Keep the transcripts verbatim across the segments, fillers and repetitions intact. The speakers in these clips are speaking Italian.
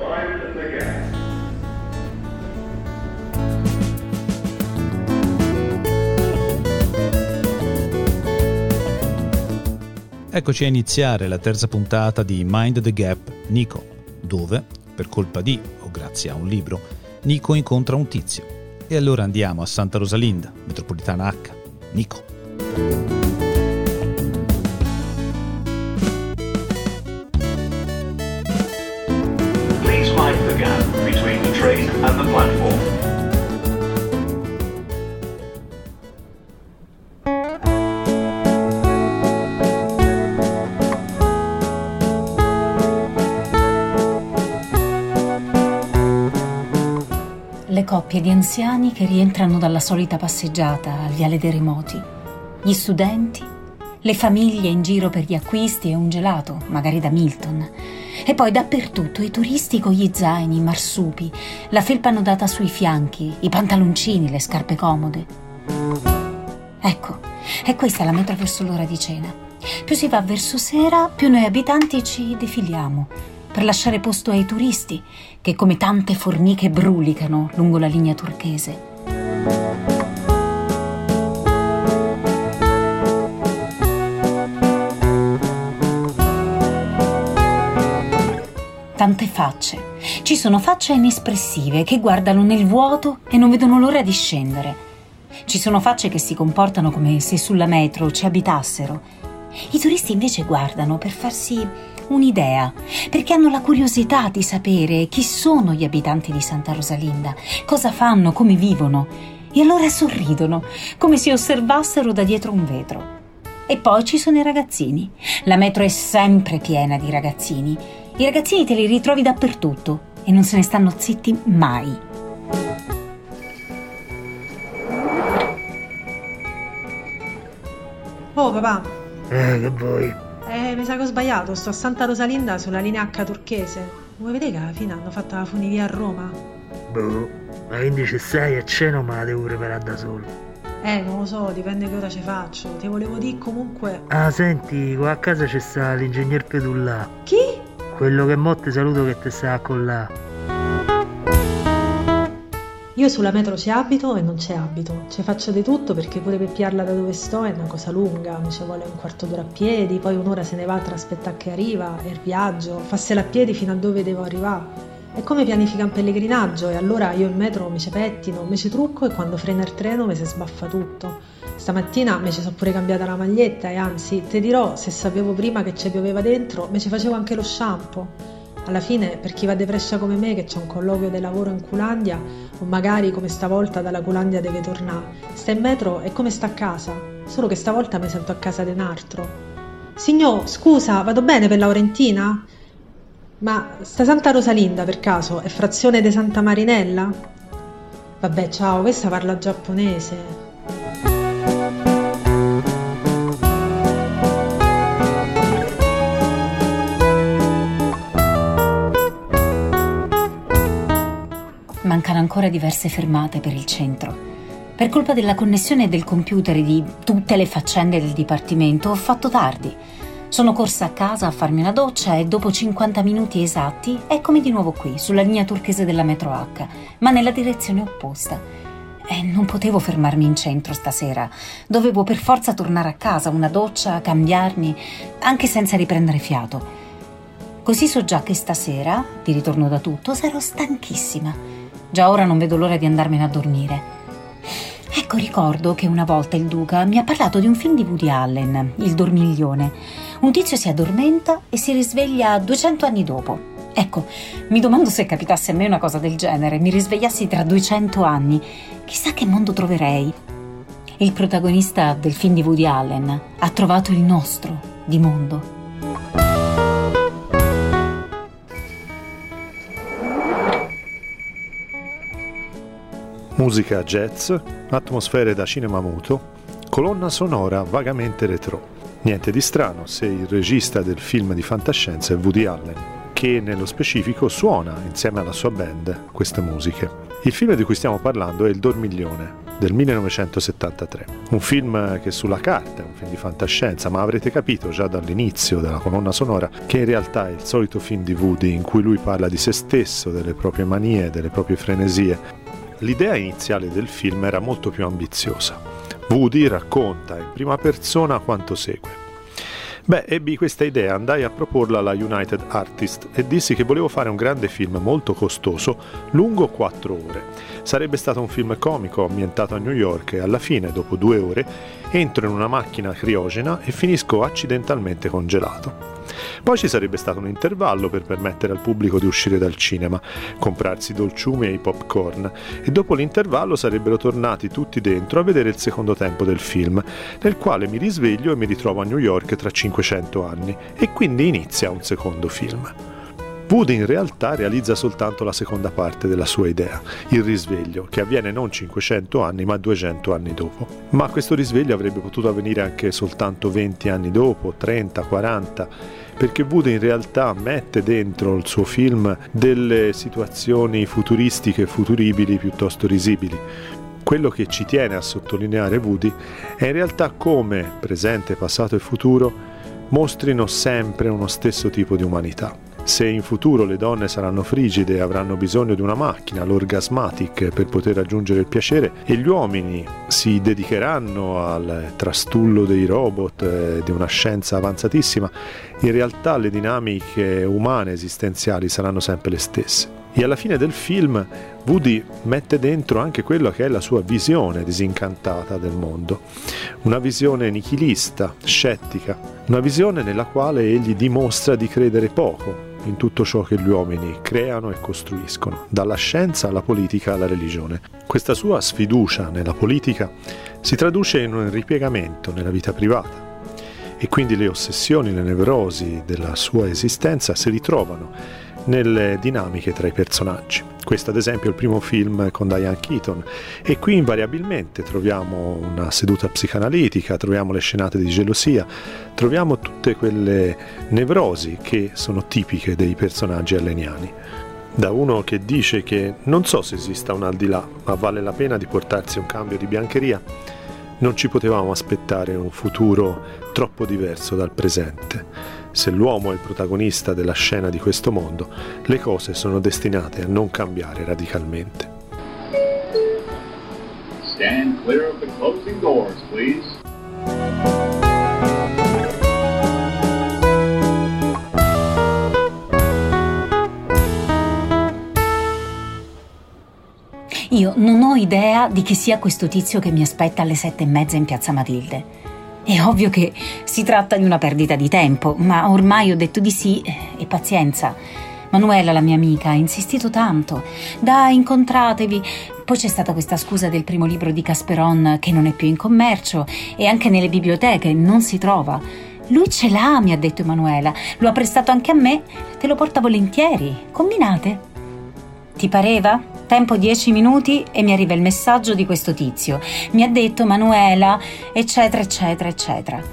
Mind the gap. Eccoci a iniziare la terza puntata di Mind the Gap Nico, dove, per colpa di, o grazie a un libro, Nico incontra un tizio. E allora andiamo a Santa Rosalinda, metropolitana H. Nico. Please mind the gap between the train and the platform. Le coppie di anziani che rientrano dalla solita passeggiata al Viale dei Remoti, gli studenti, le famiglie in giro per gli acquisti e un gelato, magari da Milton, e poi dappertutto i turisti con gli zaini, i marsupi, la felpa annodata sui fianchi, i pantaloncini, le scarpe comode. Ecco, è questa la metro verso l'ora di cena. Più si va verso sera, più noi abitanti ci defiliamo per lasciare posto ai turisti che come tante formiche brulicano lungo la linea turchese. Tante facce. Ci sono facce inespressive che guardano nel vuoto e non vedono l'ora di scendere. Ci sono facce che si comportano come se sulla metro ci abitassero. I turisti invece guardano per farsi un'idea, perché hanno la curiosità di sapere chi sono gli abitanti di Santa Rosalinda, cosa fanno, come vivono, e allora sorridono, come se osservassero da dietro un vetro. E poi ci sono i ragazzini. La metro è sempre piena di ragazzini. I ragazzini te li ritrovi dappertutto e non se ne stanno zitti mai. Oh papà. Eh, che vuoi? Eh, mi sa che ho sbagliato, sto a Santa Rosalinda sulla linea H turchese. Vuoi vedere che alla fine hanno fatto la funivia a Roma? Boh, ma quindi ci stai a cena o me la devo preparare da solo? Eh, non lo so, dipende che ora ci faccio. Ti volevo dire comunque... Ah, senti, qua a casa c'è sta l'ingegner Pedullà. Chi? Quello che mo te saluto che te sta a collà. Io sulla metro ci abito e non ci abito. Ci faccio di tutto perché pure per piarla da dove sto è una cosa lunga. Mi ci vuole un quarto d'ora a piedi, poi un'ora se ne va tra aspettare che arriva, e il viaggio, farsela a piedi fino a dove devo arrivare. È come pianifica un pellegrinaggio e allora io in metro mi ci pettino, mi ci trucco e quando frena il treno mi si sbaffa tutto. Stamattina mi ci sono pure cambiata la maglietta e anzi, te dirò, se sapevo prima che ci pioveva dentro, mi ci facevo anche lo shampoo. Alla fine, per chi va deprescia come me, che c'è un colloquio di lavoro in Culandia, o magari come stavolta dalla Culandia deve tornare, sta in metro è come sta a casa, solo che stavolta mi sento a casa di un altro. Signor, scusa, vado bene per Laurentina? Ma sta Santa Rosalinda per caso è frazione di Santa Marinella? Vabbè, ciao, questa parla giapponese. Mancano ancora diverse fermate per il centro. Per colpa della connessione del computer e di tutte le faccende del dipartimento ho fatto tardi. Sono corsa a casa a farmi una doccia e dopo cinquanta minuti esatti eccomi di nuovo qui, sulla linea turchese della metro H, ma nella direzione opposta. E non potevo fermarmi in centro stasera. Dovevo per forza tornare a casa, una doccia, cambiarmi, anche senza riprendere fiato. Così so già che stasera, di ritorno da tutto, sarò stanchissima. Già ora non vedo l'ora di andarmene a dormire. Ecco, ricordo che una volta il Duca mi ha parlato di un film di Woody Allen, Il Dormiglione. Un tizio si addormenta e si risveglia duecento anni dopo. Ecco, mi domando se capitasse a me una cosa del genere, mi risvegliassi tra duecento anni. Chissà che mondo troverei. Il protagonista del film di Woody Allen ha trovato il nostro di mondo. Musica jazz, atmosfere da cinema muto, colonna sonora vagamente retro. Niente di strano se il regista del film di fantascienza è Woody Allen, che nello specifico suona insieme alla sua band queste musiche. Il film di cui stiamo parlando è Il Dormiglione, del millenovecentosettantatré. Un film che sulla carta è un film di fantascienza, ma avrete capito già dall'inizio della colonna sonora che in realtà è il solito film di Woody in cui lui parla di se stesso, delle proprie manie, delle proprie frenesie. L'idea iniziale del film era molto più ambiziosa. Woody racconta in prima persona quanto segue. Beh, ebbi questa idea, andai a proporla alla United Artists e dissi che volevo fare un grande film molto costoso, lungo quattro ore. Sarebbe stato un film comico ambientato a New York e alla fine, dopo due ore, entro in una macchina criogena e finisco accidentalmente congelato. Poi ci sarebbe stato un intervallo per permettere al pubblico di uscire dal cinema, comprarsi i dolciumi e i popcorn, e dopo l'intervallo sarebbero tornati tutti dentro a vedere il secondo tempo del film, nel quale mi risveglio e mi ritrovo a New York tra cinquecento anni, e quindi inizia un secondo film. Woody in realtà realizza soltanto la seconda parte della sua idea, il risveglio, che avviene non cinquecento anni ma duecento anni dopo. Ma questo risveglio avrebbe potuto avvenire anche soltanto venti anni dopo, trenta, quaranta, perché Woody in realtà mette dentro il suo film delle situazioni futuristiche e futuribili piuttosto risibili. Quello che ci tiene a sottolineare Woody è in realtà come presente, passato e futuro mostrino sempre uno stesso tipo di umanità. Se in futuro le donne saranno frigide e avranno bisogno di una macchina, l'orgasmatic, per poter raggiungere il piacere, e gli uomini si dedicheranno al trastullo dei robot e di una scienza avanzatissima, in realtà le dinamiche umane esistenziali saranno sempre le stesse. E alla fine del film Woody mette dentro anche quello che è la sua visione disincantata del mondo, una visione nichilista, scettica, una visione nella quale egli dimostra di credere poco in tutto ciò che gli uomini creano e costruiscono, dalla scienza alla politica alla religione. Questa sua sfiducia nella politica si traduce in un ripiegamento nella vita privata e quindi le ossessioni, le nevrosi della sua esistenza si ritrovano nelle dinamiche tra i personaggi. Questo ad esempio è il primo film con Diane Keaton, e qui invariabilmente troviamo una seduta psicanalitica, troviamo le scenate di gelosia, troviamo tutte quelle nevrosi che sono tipiche dei personaggi alleniani. Da uno che dice che non so se esista un al di là, ma vale la pena di portarsi un cambio di biancheria, non ci potevamo aspettare un futuro troppo diverso dal presente. Se l'uomo è il protagonista della scena di questo mondo, le cose sono destinate a non cambiare radicalmente. Stand clear of the closing doors, please. Io non ho idea di chi sia questo tizio che mi aspetta alle sette e mezza in Piazza Matilde. È ovvio che si tratta di una perdita di tempo, ma ormai ho detto di sì e pazienza. Manuela, la mia amica, ha insistito tanto. Dai, incontratevi. Poi c'è stata questa scusa del primo libro di Casperon che non è più in commercio e anche nelle biblioteche non si trova. Lui ce l'ha, mi ha detto Emanuela. Lo ha prestato anche a me. Te lo porta volentieri. Combinate. Ti pareva? Tempo dieci minuti e mi arriva il messaggio di questo tizio. Mi ha detto Manuela, eccetera, eccetera, eccetera.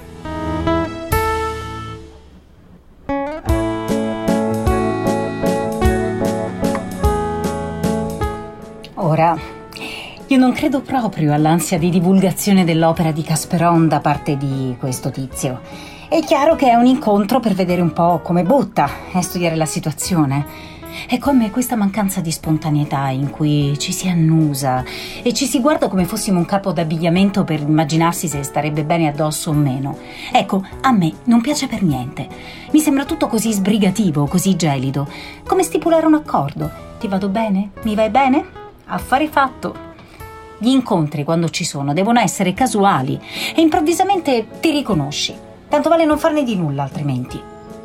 Ora, io non credo proprio all'ansia di divulgazione dell'opera di Casperon da parte di questo tizio. È chiaro che è un incontro per vedere un po' come butta e studiare la situazione. È come questa mancanza di spontaneità in cui ci si annusa e ci si guarda come fossimo un capo d'abbigliamento per immaginarsi se starebbe bene addosso o meno. Ecco, a me non piace per niente. Mi sembra tutto così sbrigativo, così gelido. Come stipulare un accordo. Ti vado bene? Mi vai bene? Affare fatto. Gli incontri, quando ci sono, devono essere casuali e improvvisamente ti riconosci. Tanto vale non farne di nulla altrimenti.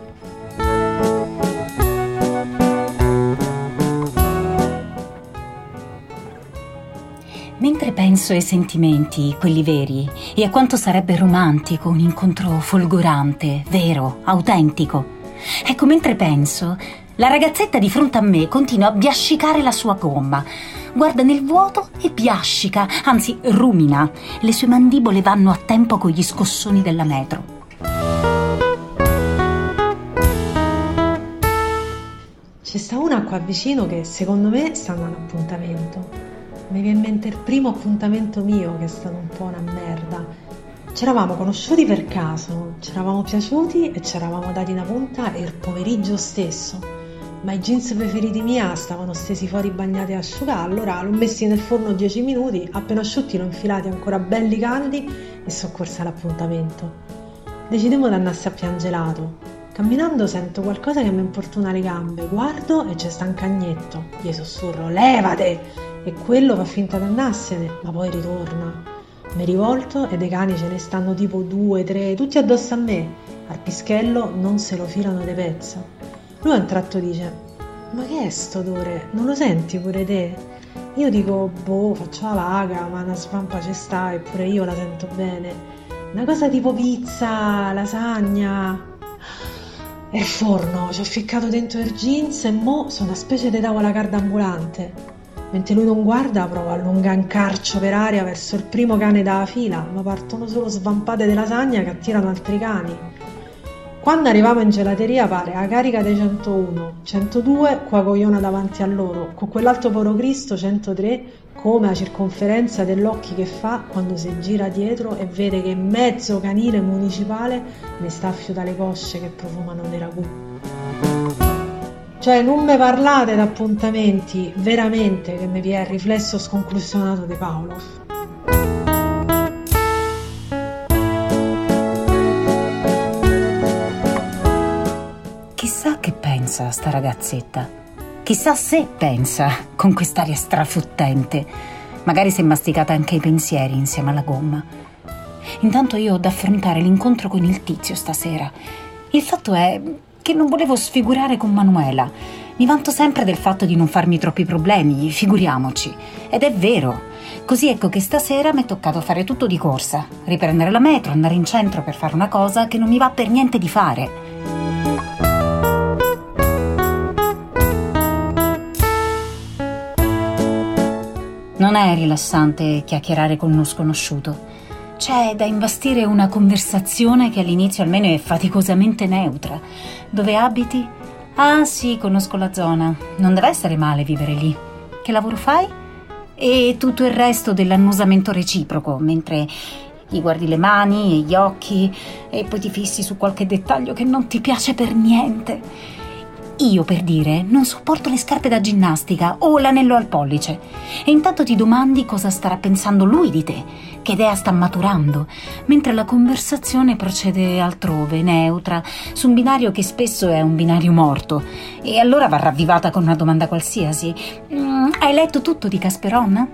Mentre penso ai sentimenti, quelli veri, e a quanto sarebbe romantico un incontro folgorante, vero, autentico, ecco, mentre penso, la ragazzetta di fronte a me continua a biascicare la sua gomma. Guarda nel vuoto e biascica, anzi rumina. Le sue mandibole vanno a tempo con gli scossoni della metro. C'è sta una qua vicino che secondo me sta andando a appuntamento. mi viene in mente il primo appuntamento mio, che è stato un po' una merda. C'eravamo conosciuti per caso, ci eravamo piaciuti e ci eravamo dati una punta il pomeriggio stesso. Ma i jeans preferiti mia stavano stesi fuori bagnati e asciugati, allora l'ho messi nel forno dieci minuti, appena asciutti l'ho infilati ancora belli caldi e sono corsa all'appuntamento. Decidemmo di andarsi a Piangelato. Camminando sento qualcosa che mi importuna le gambe, guardo e c'è sta un cagnetto. Gli sussurro, levate! E quello fa finta di andarsene, ma poi ritorna. Mi rivolto e dei cani ce ne stanno tipo due, tre, tutti addosso a me. Al pischello non se lo filano dei pezzi. Lui a un tratto dice, ma che è sto odore? Non lo senti pure te? Io dico, boh, faccio la vaga, ma una svampa ci sta, eppure io la sento bene. Una cosa tipo pizza, lasagna. È il forno, ci ho ficcato dentro il jeans e mo sono una specie di tavola calda ambulante. Mentre lui non guarda, provo a allungare un carcio per aria verso il primo cane dalla fila, ma partono solo svampate di lasagna che attirano altri cani. Quando arrivavo in gelateria pare la carica dei centouno, centodue qua cogliona davanti a loro, con quell'altro poro Cristo centotré come la circonferenza dell'occhio che fa quando si gira dietro e vede che mezzo canile municipale mi sta a fiutare le cosce che profumano di ragù. Cioè non me parlate d'appuntamenti, veramente che mi vi è il riflesso sconclusionato di Pavlov. Chissà che pensa sta ragazzetta. Chissà se pensa con quest'aria strafottente. Magari si è masticata anche i pensieri insieme alla gomma. Intanto io ho da affrontare l'incontro con il tizio stasera. Il fatto è che non volevo sfigurare con Manuela. Mi vanto sempre del fatto di non farmi troppi problemi, figuriamoci. Ed è vero. Così ecco che stasera mi è toccato fare tutto di corsa. Riprendere la metro, andare in centro per fare una cosa che non mi va per niente di fare. Non è rilassante chiacchierare con uno sconosciuto. C'è da imbastire una conversazione che all'inizio almeno è faticosamente neutra. Dove abiti? Ah sì, conosco la zona. Non deve essere male vivere lì. Che lavoro fai? E tutto il resto dell'annusamento reciproco, mentre gli guardi le mani e gli occhi e poi ti fissi su qualche dettaglio che non ti piace per niente. Io, per dire, non sopporto le scarpe da ginnastica o l'anello al pollice. E intanto ti domandi cosa starà pensando lui di te, che idea sta maturando, mentre la conversazione procede altrove, neutra, su un binario che spesso è un binario morto. E allora va ravvivata con una domanda qualsiasi. Mm, hai letto tutto di Casperon?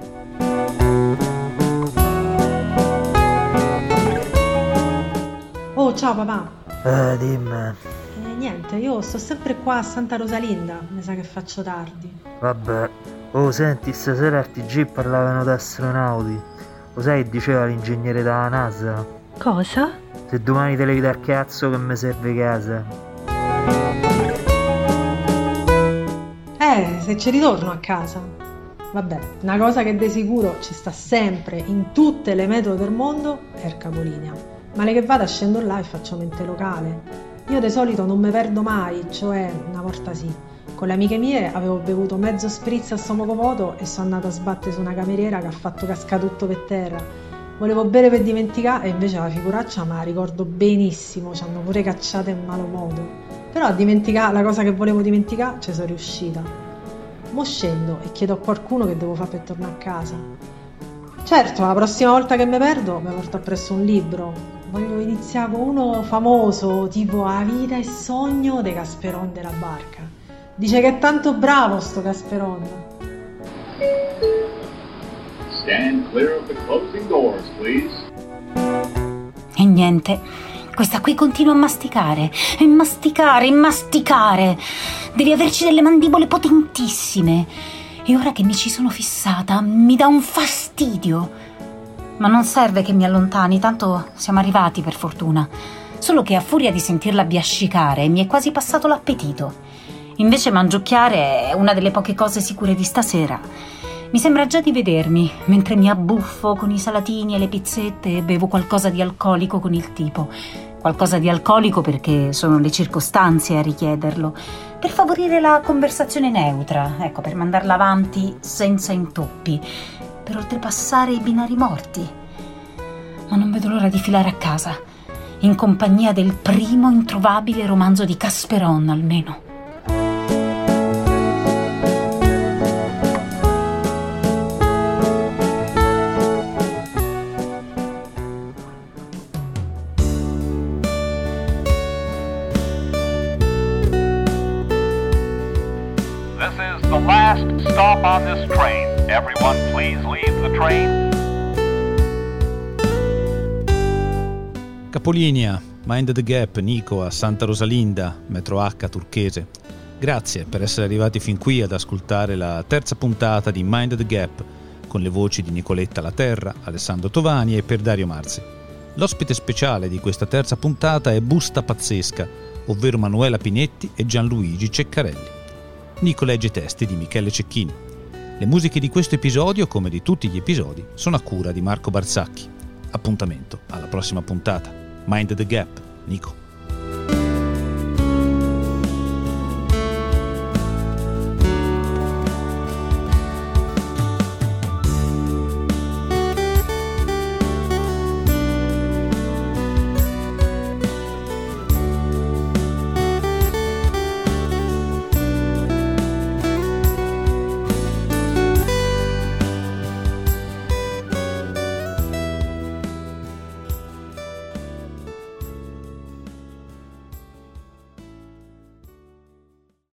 Oh, ciao papà. Eh, dimmi. Niente, io sto sempre qua a Santa Rosalinda, mi sa che faccio tardi. Vabbè. Oh, senti, stasera al T G parlavano di astronauti. Lo sai che diceva l'ingegnere della NASA? Cosa? Se domani te levi dal cazzo che mi serve casa. Eh, se ci ritorno a casa. Vabbè, una cosa che di sicuro ci sta sempre in tutte le metro del mondo è il capolinea. Male che vada, scendo là e faccio mente locale. Io di solito non mi perdo mai, cioè una volta sì. Con le amiche mie avevo bevuto mezzo spritz a stomaco vuoto e sono andata a sbattere su una cameriera che ha fatto cascare tutto per terra. Volevo bere per dimenticare e invece la figuraccia me la ricordo benissimo, ci hanno pure cacciata in malo modo. Però a dimenticare la cosa che volevo dimenticare ci sono riuscita. Mo scendo e chiedo a qualcuno che devo fare per tornare a casa. Certo, la prossima volta che mi perdo mi porto appresso un libro. Voglio iniziare con uno famoso, tipo A vita e sogno di Casperon della Barca. Dice che è tanto bravo sto Casperon. Stand clear of the closing doors, please. E niente, questa qui continua a masticare, e masticare, e masticare. Devi averci delle mandibole potentissime. E ora che mi ci sono fissata, mi dà un fastidio. Ma non serve che mi allontani, tanto siamo arrivati per fortuna. Solo che a furia di sentirla biascicare mi è quasi passato l'appetito. Invece mangiucchiare è una delle poche cose sicure di stasera. Mi sembra già di vedermi, mentre mi abbuffo con i salatini e le pizzette e bevo qualcosa di alcolico con il tipo. Qualcosa di alcolico perché sono le circostanze a richiederlo, per favorire la conversazione neutra, ecco, per mandarla avanti senza intoppi, per oltrepassare i binari morti. Ma non vedo l'ora di filare a casa, in compagnia del primo introvabile romanzo di Casperon almeno. This is the last stop on this train. Everyone please leave the train. Capolinea, Mind the Gap, Nico a Santa Rosalinda, metro H turchese. Grazie per essere arrivati fin qui ad ascoltare la terza puntata di Mind the Gap con le voci di Nicoletta Laterra, Alessandro Tovani e per Dario Marzi. L'ospite speciale di questa terza puntata è Busta Pazzesca, ovvero Manuela Pinetti e Gianluigi Ceccarelli. Nico legge i testi di Michele Cecchini. Le musiche di questo episodio, come di tutti gli episodi, sono a cura di Marco Barsacchi. Appuntamento alla prossima puntata. Mind the Gap, Nico.